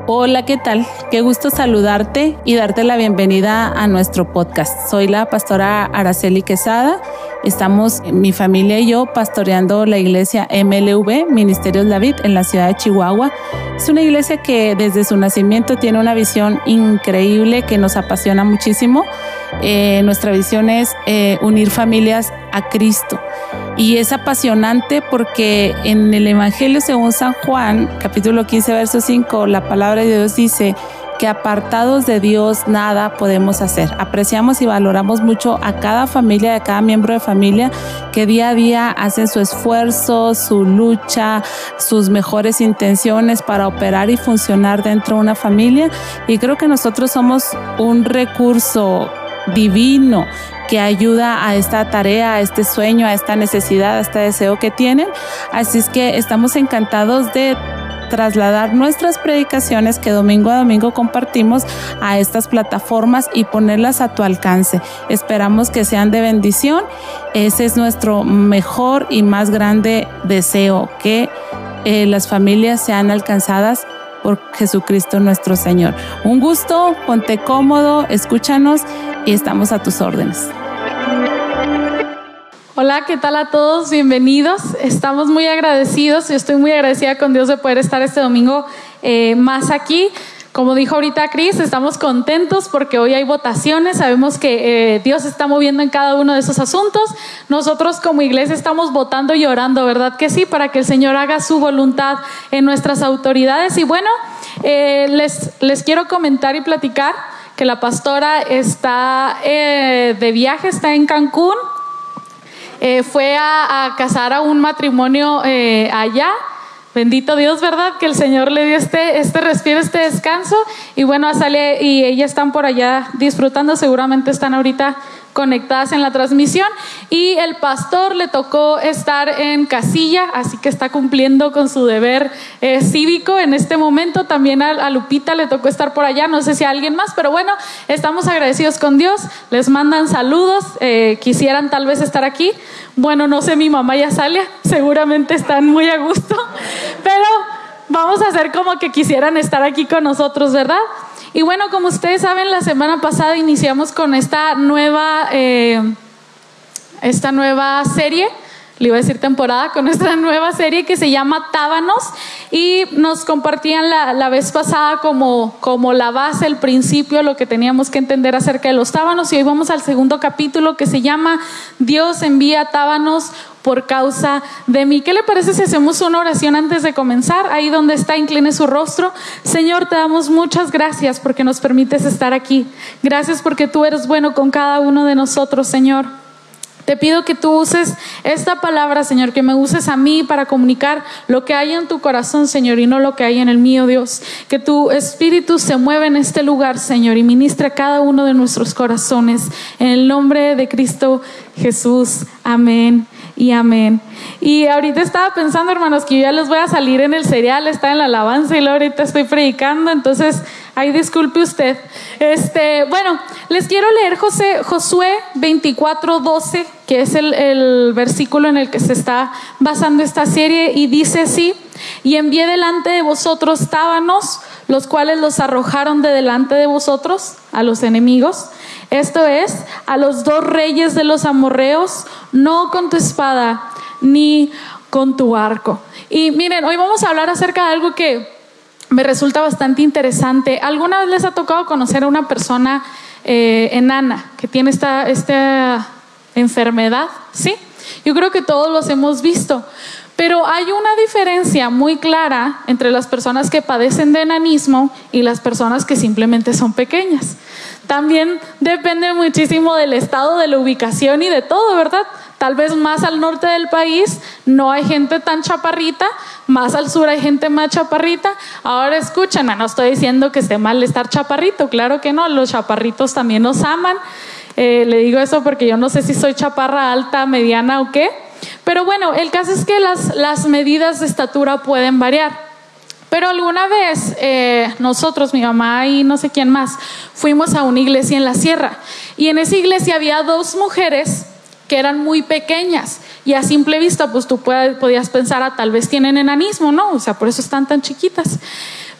Hola, ¿qué tal? Qué gusto saludarte y darte la bienvenida a nuestro podcast. Soy la pastora Araceli Quesada. Estamos, mi familia y yo, pastoreando la iglesia MLV, Ministerios David, en la ciudad de Chihuahua. Es una iglesia que desde su nacimiento tiene una visión increíble que nos apasiona muchísimo. Nuestra visión es unir familias a Cristo. Y es apasionante porque en el Evangelio según San Juan, capítulo 15, verso 5, la palabra de Dios dice que apartados de Dios nada podemos hacer. Apreciamos y valoramos mucho a cada familia, a cada miembro de familia que día a día hacen su esfuerzo, su lucha, sus mejores intenciones para operar y funcionar dentro de una familia. Y creo que nosotros somos un recurso divino que ayuda a esta tarea, a este sueño, a esta necesidad, a este deseo que tienen. Así es que estamos encantados de trasladar nuestras predicaciones que domingo a domingo compartimos a estas plataformas y ponerlas a tu alcance. Esperamos que sean de bendición. Ese es nuestro mejor y más grande deseo, que las familias sean alcanzadas por Jesucristo nuestro Señor. Un gusto, ponte cómodo, escúchanos y estamos a tus órdenes. Hola, ¿qué tal a todos? Bienvenidos. Estamos muy agradecidos. Yo estoy muy agradecida con Dios de poder estar este domingo más aquí. Como dijo ahorita Cris, estamos contentos porque hoy hay votaciones. Sabemos que Dios está moviendo en cada uno de esos asuntos. Nosotros como iglesia estamos votando y orando, ¿verdad que sí? Para que el Señor haga su voluntad en nuestras autoridades. Y bueno, les quiero comentar y platicar que la pastora está de viaje, está en Cancún. Fue a casar a un matrimonio allá. Bendito Dios, ¿verdad? Que el Señor le dio este respiro, este descanso. Y bueno, sale y ellas están por allá disfrutando. Seguramente están ahorita conectadas en la transmisión. Y el pastor le tocó estar en casilla, así que está cumpliendo con su deber cívico en este momento. También a Lupita le tocó estar por allá, no sé si a alguien más, pero bueno, estamos agradecidos con Dios. Les mandan saludos, quisieran tal vez estar aquí. Bueno, no sé, mi mamá y Azalia seguramente están muy a gusto, pero vamos a hacer como que quisieran estar aquí con nosotros, ¿verdad? Y bueno, como ustedes saben, la semana pasada iniciamos con esta nueva serie, le iba a decir temporada, con nuestra nueva serie que se llama Tábanos, y nos compartían la vez pasada como la base, el principio, lo que teníamos que entender acerca de los tábanos. Y hoy vamos al segundo capítulo que se llama Dios envía tábanos por causa de mí. ¿Qué le parece si hacemos una oración antes de comenzar? Ahí donde está, incline su rostro. Señor, te damos muchas gracias porque nos permites estar aquí. Gracias porque tú eres bueno con cada uno de nosotros, Señor. Te pido que tú uses esta palabra, Señor, que me uses a mí para comunicar lo que hay en tu corazón, Señor, y no lo que hay en el mío, Dios. Que tu espíritu se mueva en este lugar, Señor, y ministre a cada uno de nuestros corazones. En el nombre de Cristo Jesús. Amén y amén. Y ahorita estaba pensando, hermanos, que yo ya les voy a salir en el serial, está en la alabanza y luego ahorita estoy predicando, entonces ay, disculpe usted. Bueno, les quiero leer Josué 24:12, que es el versículo en el que se está basando esta serie, y dice así: y envié delante de vosotros tábanos, los cuales los arrojaron de delante de vosotros a los enemigos, esto es, a los 2 reyes de los amorreos, no con tu espada ni con tu arco. Y miren, hoy vamos a hablar acerca de algo que me resulta bastante interesante. ¿Alguna vez les ha tocado conocer a una persona enana que tiene esta enfermedad? ¿Sí? Yo creo que todos los hemos visto. Pero hay una diferencia muy clara entre las personas que padecen de enanismo y las personas que simplemente son pequeñas. También depende muchísimo del estado, de la ubicación y de todo, ¿verdad? Tal vez más al norte del país no hay gente tan chaparrita, más al sur hay gente más chaparrita. Ahora escúchenme, no estoy diciendo que esté mal estar chaparrito, claro que no, los chaparritos también nos aman. Le digo eso porque yo no sé si soy chaparra, alta, mediana o qué. Pero bueno, el caso es que las medidas de estatura pueden variar. Pero alguna vez nosotros, mi mamá y no sé quién más, fuimos a una iglesia en la sierra. Y en esa iglesia había 2 mujeres que eran muy pequeñas. Y a simple vista, pues tú podías pensar, tal vez tienen enanismo, ¿no? O sea, por eso están tan chiquitas.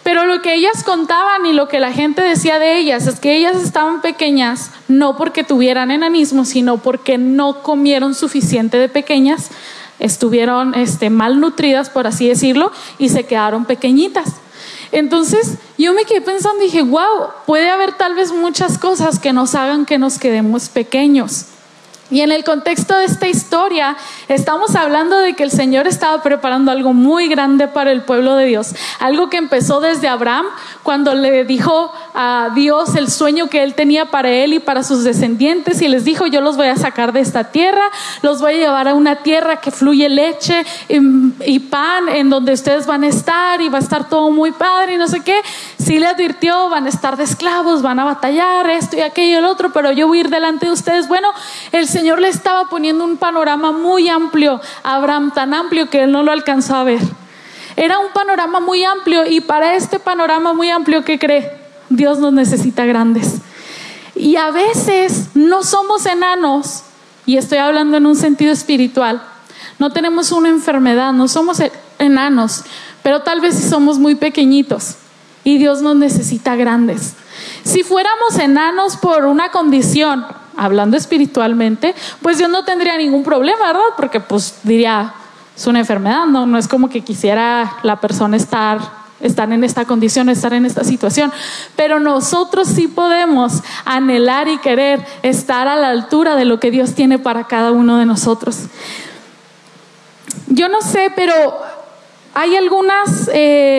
Pero lo que ellas contaban y lo que la gente decía de ellas es que ellas estaban pequeñas no porque tuvieran enanismo, sino porque no comieron suficiente de pequeñas, estuvieron malnutridas, por así decirlo, y se quedaron pequeñitas. Entonces yo me quedé pensando y dije, wow, puede haber tal vez muchas cosas que nos hagan que nos quedemos pequeños. Y en el contexto de esta historia estamos hablando de que el Señor estaba preparando algo muy grande para el pueblo de Dios, algo que empezó desde Abraham, cuando le dijo a Dios el sueño que él tenía para él y para sus descendientes, y les dijo: yo los voy a sacar de esta tierra, los voy a llevar a una tierra que fluye leche y pan, en donde ustedes van a estar y va a estar todo muy padre y no sé qué. Sí le advirtió: van a estar de esclavos, van a batallar esto y aquello y el otro, pero yo voy a ir delante de ustedes. Bueno, el Señor le estaba poniendo un panorama muy amplio a Abraham, tan amplio que él no lo alcanzó a ver. Era un panorama muy amplio, y para este panorama muy amplio, ¿qué cree? Dios nos necesita grandes. Y a veces no somos enanos, y estoy hablando en un sentido espiritual. No tenemos una enfermedad, no somos enanos, pero tal vez sí somos muy pequeñitos, y Dios nos necesita grandes. Si fuéramos enanos por una condición, hablando espiritualmente, pues Dios no tendría ningún problema, ¿verdad? Porque pues diría: es una enfermedad, no es como que quisiera la persona estar en esta condición, estar en esta situación. Pero nosotros sí podemos anhelar y querer estar a la altura de lo que Dios tiene para cada uno de nosotros. Yo no sé, pero hay algunas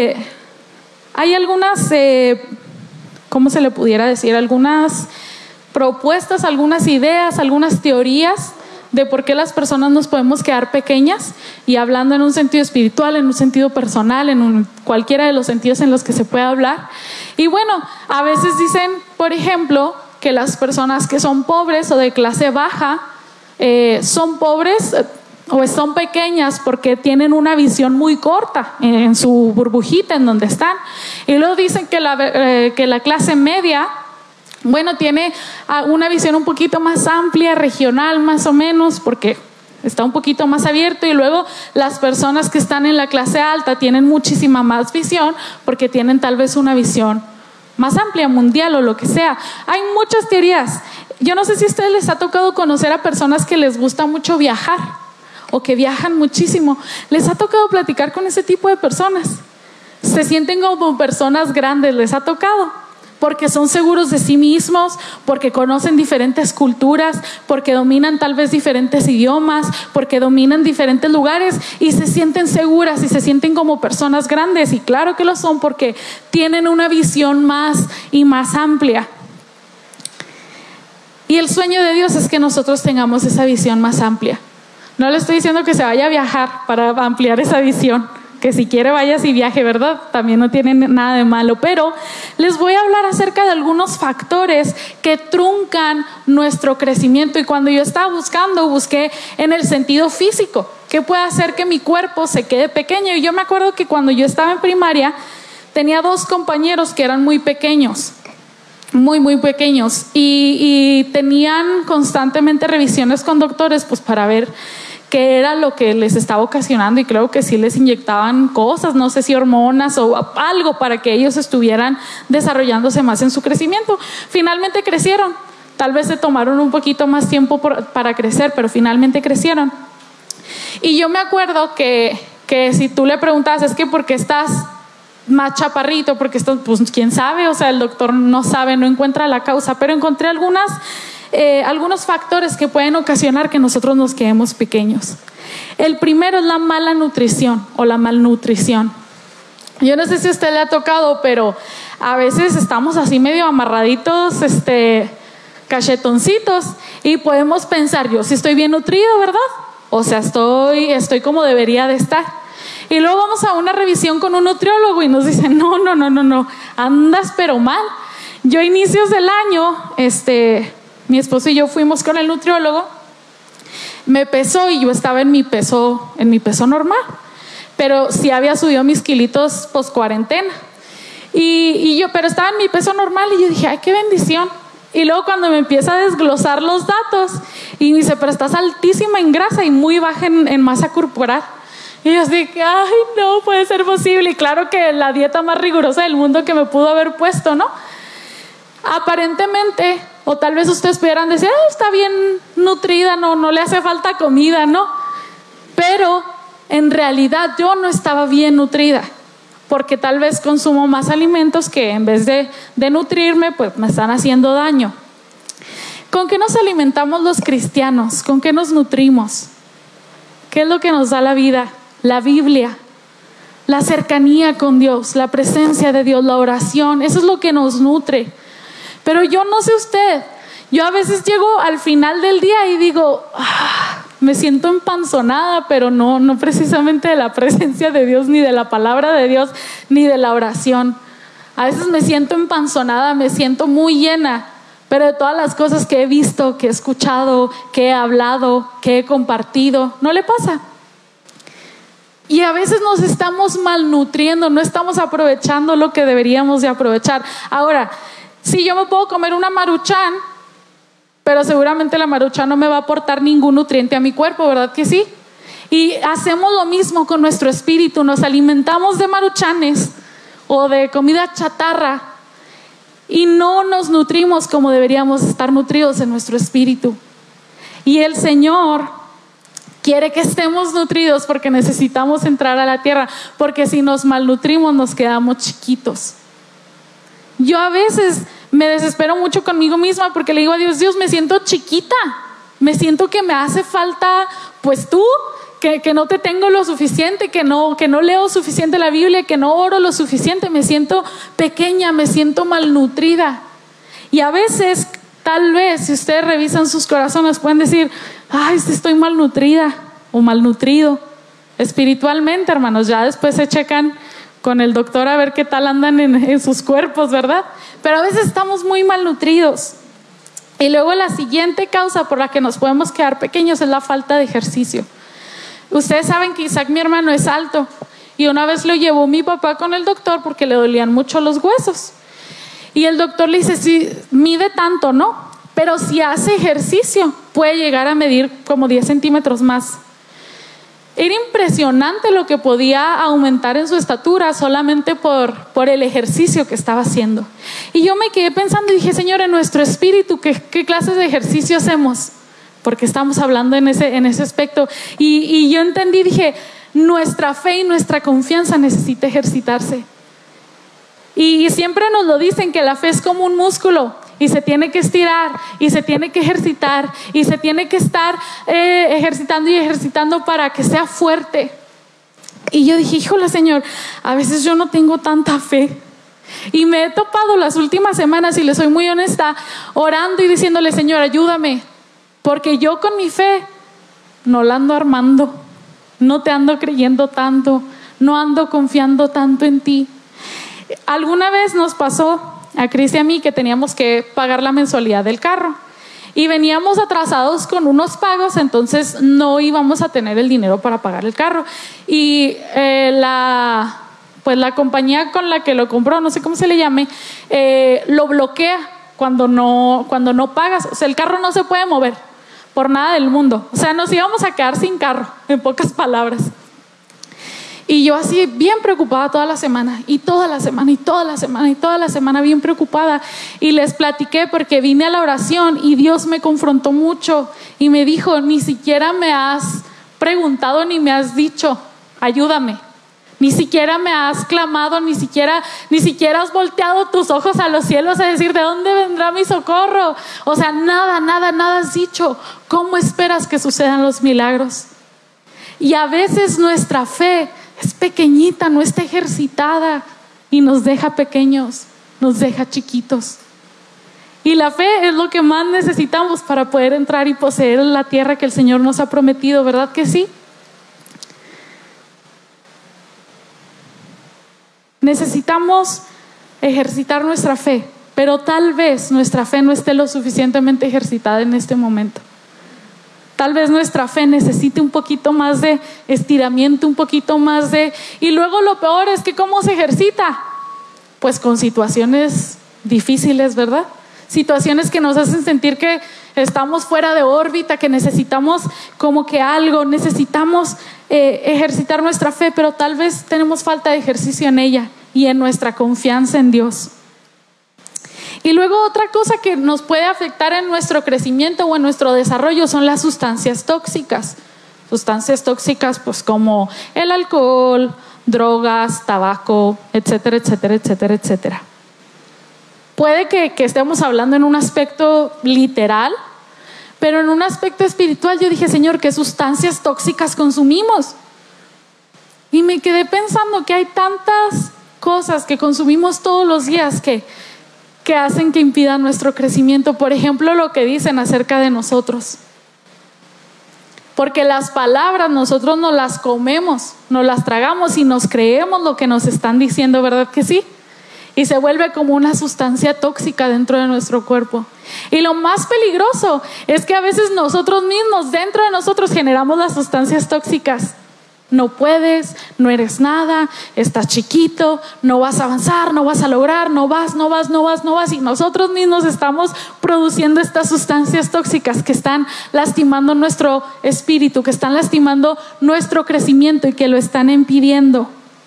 ¿cómo se le pudiera decir? Algunas propuestas, algunas ideas, algunas teorías de por qué las personas nos podemos quedar pequeñas, y hablando en un sentido espiritual, en un sentido personal, cualquiera de los sentidos en los que se puede hablar. Y bueno, a veces dicen, por ejemplo, que las personas que son pobres o de clase baja son pobres o son pequeñas porque tienen una visión muy corta en su burbujita en donde están. Y luego dicen que la clase media, bueno, tiene una visión un poquito más amplia, regional más o menos, porque está un poquito más abierto. Y luego las personas que están en la clase alta tienen muchísima más visión, porque tienen tal vez una visión más amplia, mundial o lo que sea. Hay muchas teorías. Yo no sé si a ustedes les ha tocado conocer a personas que les gusta mucho viajar o que viajan muchísimo. ¿Les ha tocado platicar con ese tipo de personas? Se sienten como personas grandes, ¿les ha tocado? Porque son seguros de sí mismos, porque conocen diferentes culturas, porque dominan tal vez diferentes idiomas, porque dominan diferentes lugares y se sienten seguras y se sienten como personas grandes. Y claro que lo son, porque tienen una visión más y más amplia. Y el sueño de Dios es que nosotros tengamos esa visión más amplia. No le estoy diciendo que se vaya a viajar para ampliar esa visión, que si quiere vaya y viaje, ¿verdad? También no tiene nada de malo, pero les voy a hablar acerca de algunos factores que truncan nuestro crecimiento. Y cuando yo estaba busqué en el sentido físico, ¿qué puede hacer que mi cuerpo se quede pequeño? Y yo me acuerdo que cuando yo estaba en primaria tenía 2 compañeros que eran muy pequeños, muy pequeños, y tenían constantemente revisiones con doctores pues para ver qué era lo que les estaba ocasionando, y creo que sí les inyectaban cosas, no sé si hormonas o algo, para que ellos estuvieran desarrollándose más en su crecimiento. Finalmente crecieron, tal vez se tomaron un poquito más tiempo para crecer, pero finalmente crecieron. Y yo me acuerdo que si tú le preguntas, es que ¿por qué estás más chaparrito? Porque esto, pues quién sabe, o sea, el doctor no sabe, no encuentra la causa, pero encontré algunos factores que pueden ocasionar que nosotros nos quedemos pequeños. El primero es la mala nutrición o la malnutrición. Yo no sé si a usted le ha tocado, pero a veces estamos así medio amarraditos, cachetoncitos, y podemos pensar: yo sí estoy bien nutrido, ¿verdad? O sea, estoy como debería de estar. Y luego vamos a una revisión con un nutriólogo y nos dicen: no, andas pero mal. Yo a inicios del año, mi esposo y yo fuimos con el nutriólogo, me pesó y yo estaba en mi peso normal, pero sí había subido mis kilitos post cuarentena, pero estaba en mi peso normal, y yo dije: ay, qué bendición. Y luego cuando me empieza a desglosar los datos y me dice: pero estás altísima en grasa y muy baja en masa corporal. Y yo así que, ay, no puede ser posible. Y claro que la dieta más rigurosa del mundo que me pudo haber puesto, ¿no? Aparentemente, o tal vez ustedes pudieran decir, está bien nutrida, no le hace falta comida, ¿no? Pero en realidad yo no estaba bien nutrida, porque tal vez consumo más alimentos que en vez de nutrirme, pues me están haciendo daño. ¿Con qué nos alimentamos los cristianos? ¿Con qué nos nutrimos? ¿Qué es lo que nos da la vida? La Biblia, la cercanía con Dios, la presencia de Dios, la oración. Eso es lo que nos nutre. Pero yo no sé usted, yo a veces llego al final del día y digo, me siento empanzonada, pero no precisamente de la presencia de Dios, ni de la palabra de Dios, ni de la oración. A veces me siento empanzonada, me siento muy llena, pero de todas las cosas que he visto, que he escuchado, que he hablado, que he compartido, ¿no le pasa? Y a veces nos estamos malnutriendo, no estamos aprovechando lo que deberíamos de aprovechar. Ahora, si yo me puedo comer una Maruchan, pero seguramente la Maruchan no me va a aportar ningún nutriente a mi cuerpo, ¿verdad que sí? Y hacemos lo mismo con nuestro espíritu, nos alimentamos de Maruchanes o de comida chatarra y no nos nutrimos como deberíamos estar nutridos en nuestro espíritu. Y el Señor quiere que estemos nutridos porque necesitamos entrar a la tierra, porque si nos malnutrimos nos quedamos chiquitos. Yo a veces me desespero mucho conmigo misma porque le digo a Dios, Dios, me siento chiquita, me siento que me hace falta, pues tú, que no te tengo lo suficiente, que no leo suficiente la Biblia, que no oro lo suficiente, me siento pequeña, me siento malnutrida. Y a veces, tal vez, si ustedes revisan sus corazones, pueden decir, ay, estoy malnutrida o malnutrido. Espiritualmente, hermanos, ya después se checan con el doctor a ver qué tal andan en sus cuerpos, ¿verdad? Pero a veces estamos muy malnutridos. Y luego la siguiente causa por la que nos podemos quedar pequeños es la falta de ejercicio. Ustedes saben que Isaac, mi hermano, es alto. Y una vez lo llevó mi papá con el doctor porque le dolían mucho los huesos. Y el doctor le dice, sí, mide tanto, ¿no? Pero si hace ejercicio, puede llegar a medir como 10 centímetros más. Era impresionante lo que podía aumentar en su estatura solamente por el ejercicio que estaba haciendo. Y yo me quedé pensando y dije, Señor, en nuestro espíritu, ¿qué clases de ejercicio hacemos? Porque estamos hablando en ese aspecto. Y yo entendí, dije, nuestra fe y nuestra confianza necesita ejercitarse. Y siempre nos lo dicen, que la fe es como un músculo. Y se tiene que estirar, y se tiene que ejercitar, y se tiene que estar ejercitando y ejercitando para que sea fuerte. Y yo dije, híjole, Señor, a veces yo no tengo tanta fe. Y me he topado las últimas semanas, y le soy muy honesta, orando y diciéndole, Señor, ayúdame. Porque yo con mi fe no la ando armando, no te ando creyendo tanto, no ando confiando tanto en ti. Alguna vez nos pasó a Cris y a mí que teníamos que pagar la mensualidad del carro y veníamos atrasados con unos pagos, entonces no íbamos a tener el dinero para pagar el carro. Y la compañía con la que lo compró, no sé cómo se le llame, lo bloquea cuando no pagas. O sea, el carro no se puede mover por nada del mundo. O sea, nos íbamos a quedar sin carro, en pocas palabras. Y yo así bien preocupada toda la semana, y toda la semana, y toda la semana, y toda la semana bien preocupada. Y les platiqué porque vine a la oración y Dios me confrontó mucho y me dijo, ni siquiera me has preguntado ni me has dicho, ayúdame. Ni siquiera me has clamado, ni siquiera has volteado tus ojos a los cielos a decir, ¿de dónde vendrá mi socorro? O sea, nada has dicho. ¿Cómo esperas que sucedan los milagros? Y a veces nuestra fe es pequeñita, no está ejercitada y nos deja pequeños, nos deja chiquitos. Y la fe es lo que más necesitamos para poder entrar y poseer la tierra que el Señor nos ha prometido, ¿verdad que sí? Necesitamos ejercitar nuestra fe, pero tal vez nuestra fe no esté lo suficientemente ejercitada en este momento. Tal vez nuestra fe necesite un poquito más de estiramiento, un poquito más de... Y luego lo peor es que ¿cómo se ejercita? Pues con situaciones difíciles, ¿verdad? Situaciones que nos hacen sentir que estamos fuera de órbita, que necesitamos como que algo, necesitamos ejercitar nuestra fe, pero tal vez tenemos falta de ejercicio en ella y en nuestra confianza en Dios. Y luego otra cosa que nos puede afectar en nuestro crecimiento o en nuestro desarrollo son las sustancias tóxicas. Sustancias tóxicas pues como el alcohol, drogas, tabaco, etcétera, etcétera, etcétera, etcétera. Puede que estemos hablando en un aspecto literal, pero en un aspecto espiritual yo dije, Señor, ¿qué sustancias tóxicas consumimos? Y me quedé pensando que hay tantas cosas que consumimos todos los días que hacen que impidan nuestro crecimiento. Por ejemplo, lo que dicen acerca de nosotros. Porque las palabras nosotros nos las comemos, nos las tragamos y nos creemos lo que nos están diciendo, ¿verdad que sí? Y se vuelve como una sustancia tóxica dentro de nuestro cuerpo. Y lo más peligroso es que a veces nosotros mismos, dentro de nosotros, generamos las sustancias tóxicas. No puedes, no eres nada, estás chiquito, no vas a avanzar, no vas a lograr, no vas. Y nosotros mismos estamos produciendo estas sustancias tóxicas que están lastimando nuestro espíritu, que están lastimando nuestro crecimiento y que lo están impidiendo.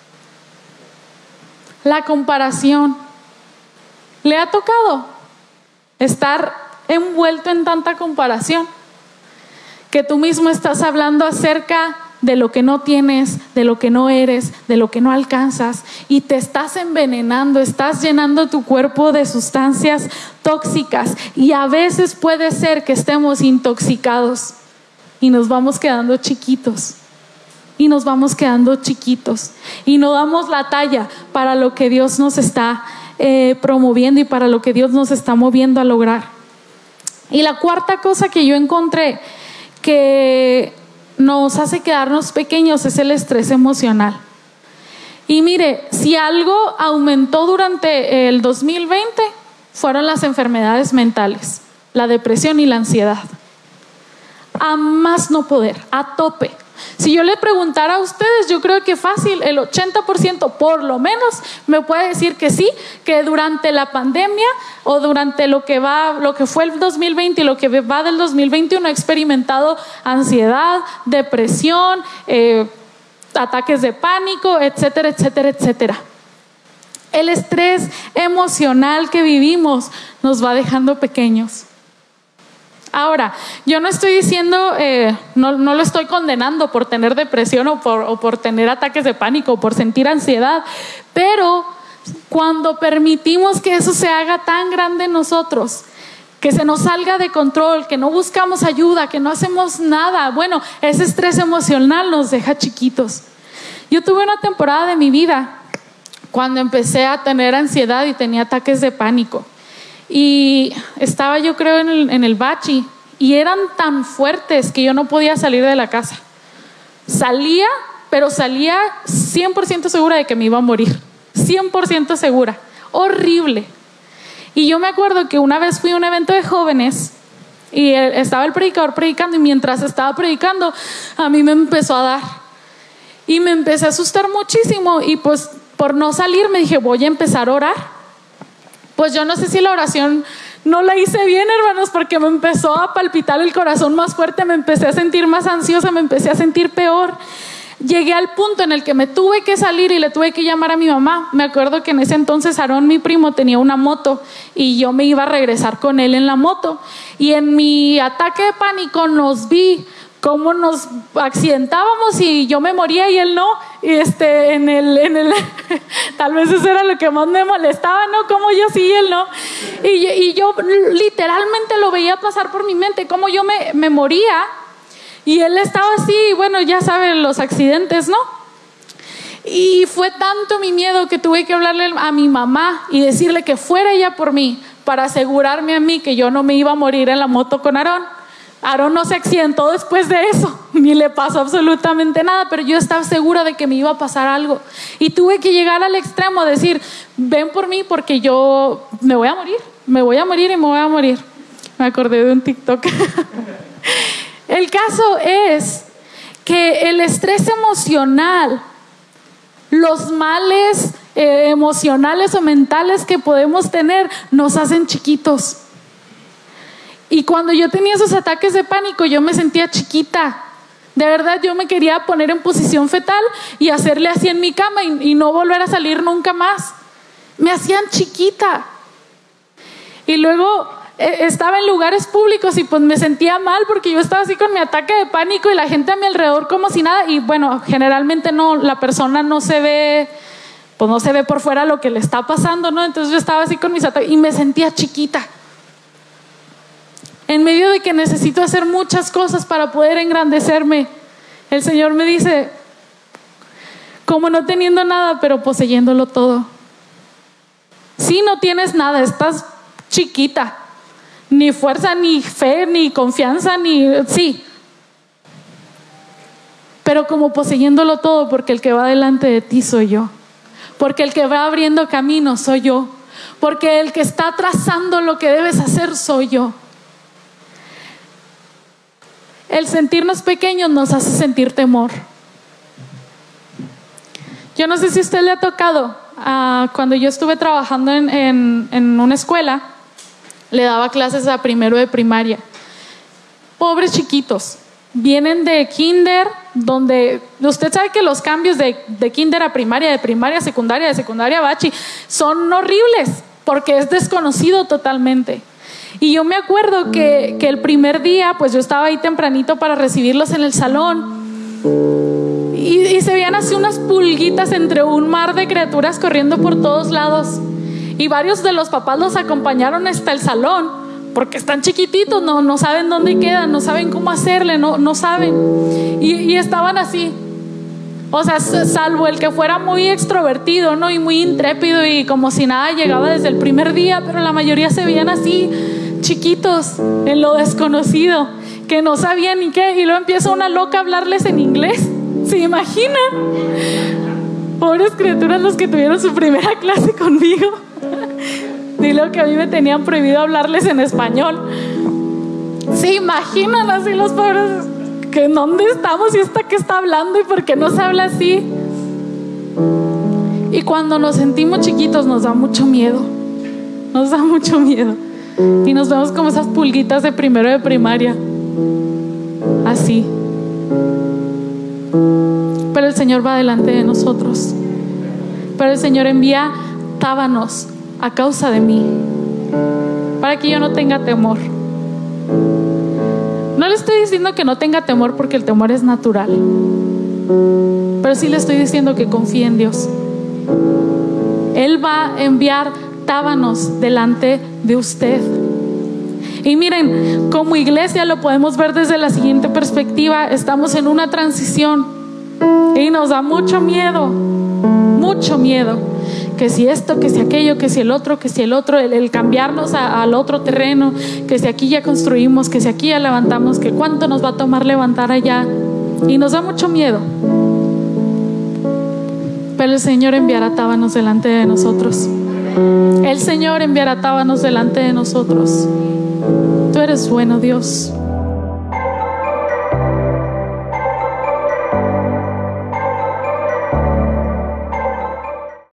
La comparación. ¿Le ha tocado estar envuelto en tanta comparación? Que tú mismo estás hablando acerca de lo que no tienes, de lo que no eres, de lo que no alcanzas, y te estás envenenando, estás llenando tu cuerpo de sustancias tóxicas, y a veces puede ser que estemos intoxicados y nos vamos quedando chiquitos. Y no damos la talla para lo que Dios nos está promoviendo y para lo que Dios nos está moviendo a lograr. Y la cuarta cosa que yo encontré que nos hace quedarnos pequeños es el estrés emocional. Y mire, si algo aumentó durante el 2020 fueron las enfermedades mentales, la depresión y la ansiedad. A más no poder, a tope. Si yo le preguntara a ustedes, yo creo que fácil, el 80% por lo menos me puede decir que sí, que durante la pandemia o durante lo que fue el 2020 y lo que va del 2021 ha experimentado ansiedad, depresión, ataques de pánico, etcétera, etcétera, etcétera. El estrés emocional que vivimos nos va dejando pequeños. Ahora, yo no estoy diciendo, no lo estoy condenando por tener depresión o por tener ataques de pánico o por sentir ansiedad, pero cuando permitimos que eso se haga tan grande en nosotros, que se nos salga de control, que no buscamos ayuda, que no hacemos nada, bueno, ese estrés emocional nos deja chiquitos. Yo tuve una temporada de mi vida cuando empecé a tener ansiedad y tenía ataques de pánico. Y estaba yo creo en el bachi y eran tan fuertes que yo no podía salir de la casa. Salía, pero salía 100% segura de que me iba a morir. 100% segura. Horrible. Y yo me acuerdo que una vez fui a un evento de jóvenes y estaba el predicador predicando, y mientras estaba predicando a mí me empezó a dar. Y me empecé a asustar muchísimo y pues por no salir me dije, voy a empezar a orar. Pues yo no sé si la oración no la hice bien, hermanos, porque me empezó a palpitar el corazón más fuerte, me empecé a sentir más ansiosa, me empecé a sentir peor. Llegué al punto en el que me tuve que salir y le tuve que llamar a mi mamá. Me acuerdo que en ese entonces Aarón, mi primo, tenía una moto y yo me iba a regresar con él en la moto. Y en mi ataque de pánico nos vi cómo nos accidentábamos y yo me moría y él no. Y tal vez eso era lo que más me molestaba, ¿no? Como yo sí y él no. Y yo literalmente lo veía pasar por mi mente, como yo me moría y él estaba así, bueno, ya saben los accidentes, ¿no? Y fue tanto mi miedo que tuve que hablarle a mi mamá y decirle que fuera ella por mí para asegurarme a mí que yo no me iba a morir en la moto con Aarón. Aarón no se accidentó después de eso, ni le pasó absolutamente nada, pero yo estaba segura de que me iba a pasar algo. Y tuve que llegar al extremo, decir, ven por mí porque yo me voy a morir y me voy a morir. Me acordé de un TikTok. El caso es que el estrés emocional, los males emocionales o mentales que podemos tener, nos hacen chiquitos. Y cuando yo tenía esos ataques de pánico, yo me sentía chiquita. De verdad, yo me quería poner en posición fetal y hacerle así en mi cama y no volver a salir nunca más. Me hacían chiquita. Y luego estaba en lugares públicos y pues me sentía mal porque yo estaba así con mi ataque de pánico y la gente a mi alrededor como si nada. Y bueno, generalmente no, la persona no se ve, pues no se ve por fuera lo que le está pasando, ¿no? Entonces yo estaba así con mis ataques y me sentía chiquita. En medio de que necesito hacer muchas cosas para poder engrandecerme, el Señor me dice, como no teniendo nada, pero poseyéndolo todo. Sí, no tienes nada, estás chiquita. Ni fuerza, ni fe, ni confianza, sí. Pero como poseyéndolo todo, porque el que va delante de ti soy yo. Porque el que va abriendo caminos soy yo. Porque el que está trazando lo que debes hacer soy yo. El sentirnos pequeños nos hace sentir temor. Yo no sé si a usted le ha tocado, cuando yo estuve trabajando en una escuela, le daba clases a primero de primaria. Pobres chiquitos, vienen de kinder, donde usted sabe que los cambios de kinder a primaria, de primaria a secundaria, de secundaria a bachi, son horribles, porque es desconocido totalmente. Y yo me acuerdo que el primer día, pues yo estaba ahí tempranito para recibirlos en el salón. Y se veían así unas pulguitas entre un mar de criaturas corriendo por todos lados. Y varios de los papás los acompañaron hasta el salón, porque están chiquititos, no saben dónde quedan, no saben cómo hacerle, no saben. Y estaban así. O sea, salvo el que fuera muy extrovertido, ¿no? Y muy intrépido y como si nada llegaba desde el primer día, pero la mayoría se veían así, chiquitos, en lo desconocido, que no sabían ni qué. Y luego empieza una loca a hablarles en inglés. ¿Se imaginan? Pobres criaturas los que tuvieron su primera clase conmigo. Dilo que a mí me tenían prohibido hablarles en español. ¿Se imaginan así los pobres? ¿Que dónde estamos y esta que está hablando y por qué no se habla así? Y cuando nos sentimos chiquitos nos da mucho miedo. Nos da mucho miedo. Y nos vemos como esas pulguitas de primero de primaria. Así. Pero el Señor va delante de nosotros. Pero el Señor envía tábanos a causa de mí, para que yo no tenga temor. No le estoy diciendo que no tenga temor, porque el temor es natural, pero sí le estoy diciendo que confíe en Dios. Él va a enviar tábanos delante de usted. Y miren, como iglesia lo podemos ver desde la siguiente perspectiva. Estamos en una transición y nos da mucho miedo, mucho miedo. Que si esto, que si aquello, que si el otro, el cambiarnos al otro terreno, que si aquí ya construimos, que si aquí ya levantamos, que cuánto nos va a tomar levantar allá. Y nos da mucho miedo. Pero el Señor enviará tábanos delante de nosotros. El Señor enviará tábanos delante de nosotros. Tú eres bueno, Dios.